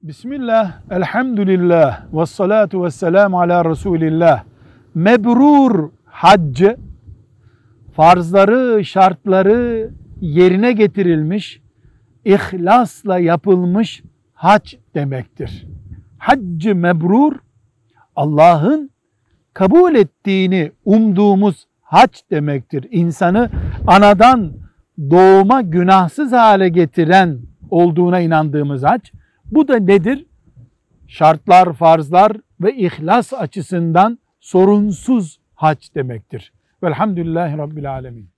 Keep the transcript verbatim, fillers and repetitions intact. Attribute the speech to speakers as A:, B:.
A: Bismillah, elhamdülillah, ve salatu ve selamu ala Resulillah. Mebrur haccı, farzları, şartları yerine getirilmiş, ihlasla yapılmış hac demektir. Haccı mebrur, Allah'ın kabul ettiğini umduğumuz hac demektir. İnsanı anadan doğuma günahsız hale getiren olduğuna inandığımız hac. Bu da nedir? Şartlar, farzlar ve ihlas açısından sorunsuz hac demektir. Velhamdülillahi Rabbil Alemin.